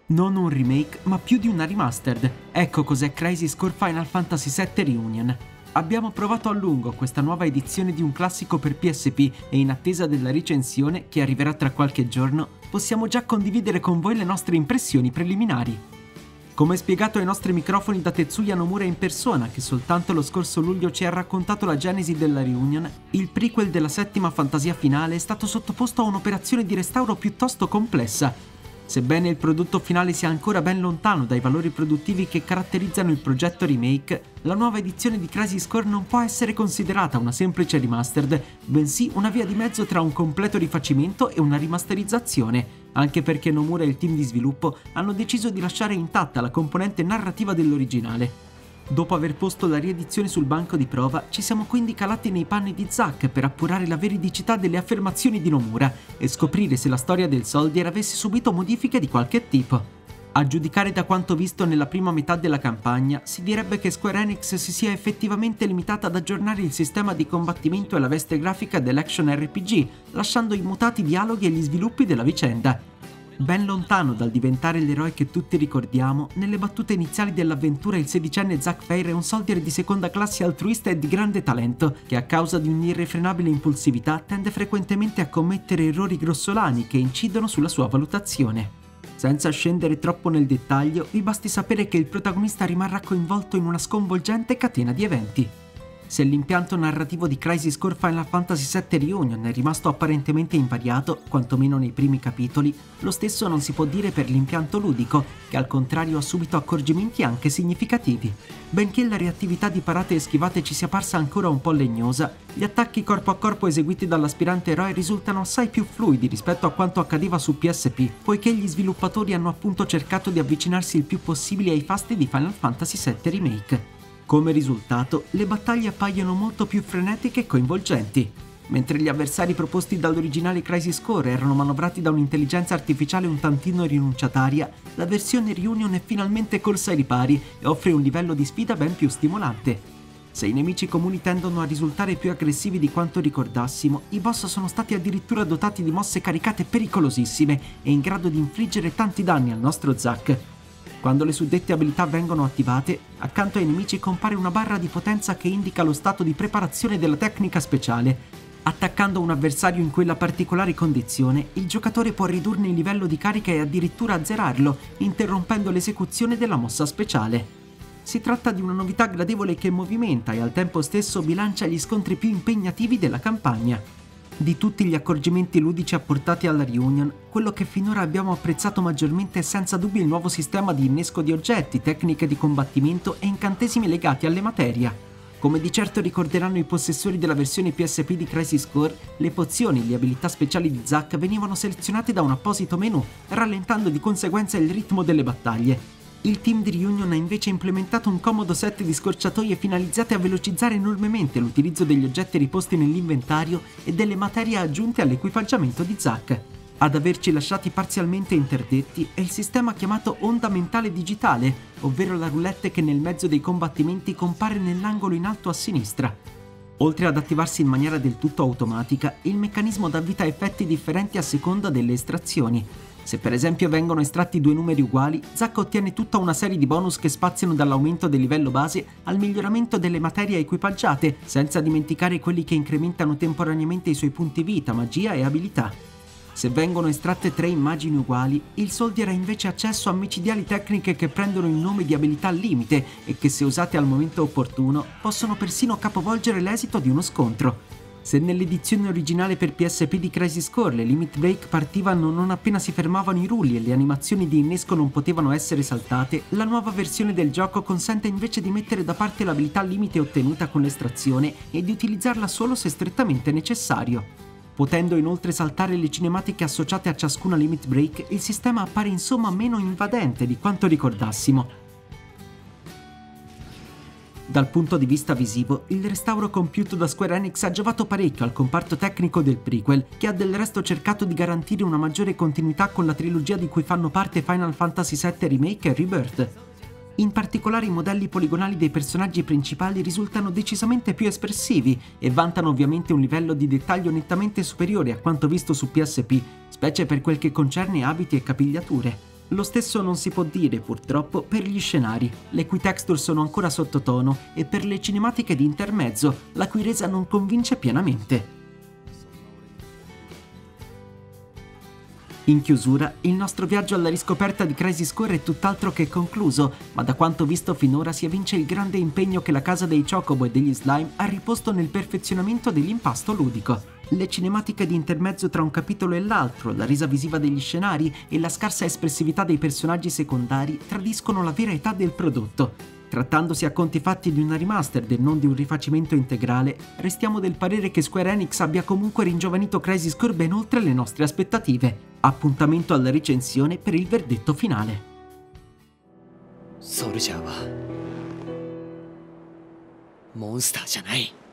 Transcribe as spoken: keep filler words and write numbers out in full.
Non un remake, ma più di una remastered. Ecco cos'è Crisis Core Final Fantasy sette Reunion. Abbiamo provato a lungo questa nuova edizione di un classico per P S P e in attesa della recensione, che arriverà tra qualche giorno, possiamo già condividere con voi le nostre impressioni preliminari. Come spiegato ai nostri microfoni da Tetsuya Nomura in persona, che soltanto lo scorso luglio ci ha raccontato la genesi della Reunion, il prequel della settima fantasia finale è stato sottoposto a un'operazione di restauro piuttosto complessa. Sebbene il prodotto finale sia ancora ben lontano dai valori produttivi che caratterizzano il progetto remake, la nuova edizione di Crisis Core non può essere considerata una semplice remastered, bensì una via di mezzo tra un completo rifacimento e una rimasterizzazione, anche perché Nomura e il team di sviluppo hanno deciso di lasciare intatta la componente narrativa dell'originale. Dopo aver posto la riedizione sul banco di prova, ci siamo quindi calati nei panni di Zack per appurare la veridicità delle affermazioni di Nomura e scoprire se la storia del Soldier avesse subito modifiche di qualche tipo. A giudicare da quanto visto nella prima metà della campagna, si direbbe che Square Enix si sia effettivamente limitata ad aggiornare il sistema di combattimento e la veste grafica dell'action R P G, lasciando immutati i dialoghi e gli sviluppi della vicenda. Ben lontano dal diventare l'eroe che tutti ricordiamo, nelle battute iniziali dell'avventura il sedicenne Zack Fair è un soldier di seconda classe altruista e di grande talento, che a causa di un'irrefrenabile impulsività tende frequentemente a commettere errori grossolani che incidono sulla sua valutazione. Senza scendere troppo nel dettaglio, vi basti sapere che il protagonista rimarrà coinvolto in una sconvolgente catena di eventi. Se l'impianto narrativo di Crisis Core Final Fantasy sette Reunion è rimasto apparentemente invariato, quantomeno nei primi capitoli, lo stesso non si può dire per l'impianto ludico, che al contrario ha subito accorgimenti anche significativi. Benché la reattività di parate e schivate ci sia parsa ancora un po' legnosa, gli attacchi corpo a corpo eseguiti dall'aspirante eroe risultano assai più fluidi rispetto a quanto accadeva su P S P, poiché gli sviluppatori hanno appunto cercato di avvicinarsi il più possibile ai fasti di Final Fantasy sette Remake. Come risultato, le battaglie appaiono molto più frenetiche e coinvolgenti. Mentre gli avversari proposti dall'originale Crisis Core erano manovrati da un'intelligenza artificiale un tantino rinunciataria, la versione Reunion è finalmente corsa ai ripari e offre un livello di sfida ben più stimolante. Se i nemici comuni tendono a risultare più aggressivi di quanto ricordassimo, i boss sono stati addirittura dotati di mosse caricate pericolosissime e in grado di infliggere tanti danni al nostro Zack. Quando le suddette abilità vengono attivate, accanto ai nemici compare una barra di potenza che indica lo stato di preparazione della tecnica speciale. Attaccando un avversario in quella particolare condizione, il giocatore può ridurne il livello di carica e addirittura azzerarlo, interrompendo l'esecuzione della mossa speciale. Si tratta di una novità gradevole che movimenta e al tempo stesso bilancia gli scontri più impegnativi della campagna. Di tutti gli accorgimenti ludici apportati alla Reunion, quello che finora abbiamo apprezzato maggiormente è senza dubbio il nuovo sistema di innesco di oggetti, tecniche di combattimento e incantesimi legati alle materia. Come di certo ricorderanno i possessori della versione P S P di Crisis Core, le pozioni e le abilità speciali di Zack venivano selezionate da un apposito menu, rallentando di conseguenza il ritmo delle battaglie. Il team di Reunion ha invece implementato un comodo set di scorciatoie finalizzate a velocizzare enormemente l'utilizzo degli oggetti riposti nell'inventario e delle materie aggiunte all'equipaggiamento di Zack. Ad averci lasciati parzialmente interdetti è il sistema chiamato onda mentale digitale, ovvero la roulette che nel mezzo dei combattimenti compare nell'angolo in alto a sinistra. Oltre ad attivarsi in maniera del tutto automatica, il meccanismo dà vita a effetti differenti a seconda delle estrazioni. Se per esempio vengono estratti due numeri uguali, Zack ottiene tutta una serie di bonus che spaziano dall'aumento del livello base al miglioramento delle materie equipaggiate, senza dimenticare quelli che incrementano temporaneamente i suoi punti vita, magia e abilità. Se vengono estratte tre immagini uguali, il Soldier ha invece accesso a micidiali tecniche che prendono il nome di abilità al limite e che, se usate al momento opportuno, possono persino capovolgere l'esito di uno scontro. Se nell'edizione originale per P S P di Crisis Core le limit break partivano non appena si fermavano i rulli e le animazioni di innesco non potevano essere saltate, la nuova versione del gioco consente invece di mettere da parte l'abilità limite ottenuta con l'estrazione e di utilizzarla solo se strettamente necessario. Potendo inoltre saltare le cinematiche associate a ciascuna limit break, il sistema appare insomma meno invadente di quanto ricordassimo. Dal punto di vista visivo, il restauro compiuto da Square Enix ha giovato parecchio al comparto tecnico del prequel, che ha del resto cercato di garantire una maggiore continuità con la trilogia di cui fanno parte Final Fantasy sette Remake e Rebirth. In particolare i modelli poligonali dei personaggi principali risultano decisamente più espressivi e vantano ovviamente un livello di dettaglio nettamente superiore a quanto visto su P S P, specie per quel che concerne abiti e capigliature. Lo stesso non si può dire purtroppo per gli scenari, le cui texture sono ancora sottotono, e per le cinematiche di intermezzo, la cui resa non convince pienamente. In chiusura, il nostro viaggio alla riscoperta di Crisis Core è tutt'altro che concluso, ma da quanto visto finora si evince il grande impegno che la casa dei Chocobo e degli Slime ha riposto nel perfezionamento dell'impasto ludico. Le cinematiche di intermezzo tra un capitolo e l'altro, la resa visiva degli scenari e la scarsa espressività dei personaggi secondari tradiscono la vera età del prodotto. Trattandosi a conti fatti di una remastered e non di un rifacimento integrale, restiamo del parere che Square Enix abbia comunque ringiovanito Crisis Core ben oltre le nostre aspettative. Appuntamento alla recensione per il verdetto finale. ソルジャーはモンスターじゃない。